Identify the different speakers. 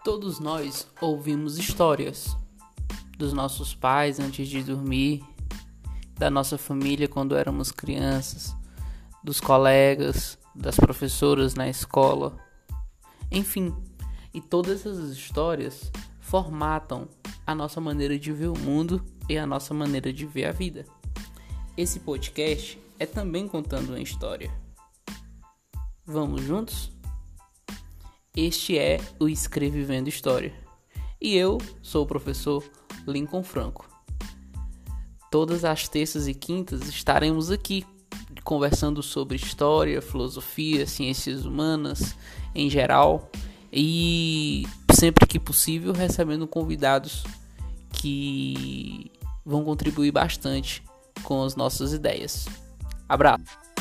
Speaker 1: Todos nós ouvimos histórias dos nossos pais antes de dormir, da nossa família quando éramos crianças, dos colegas, das professoras na escola, enfim. E todas essas histórias formatam a nossa maneira de ver o mundo e a nossa maneira de ver a vida. Esse podcast é também contando uma história. Vamos juntos? Este é o Escrevivendo História. E eu sou o professor Lincoln Franco. Todas as terças e quintas estaremos aqui conversando sobre história, filosofia, ciências humanas em geral e sempre que possível recebendo convidados que vão contribuir bastante com as nossas ideias. Abraço!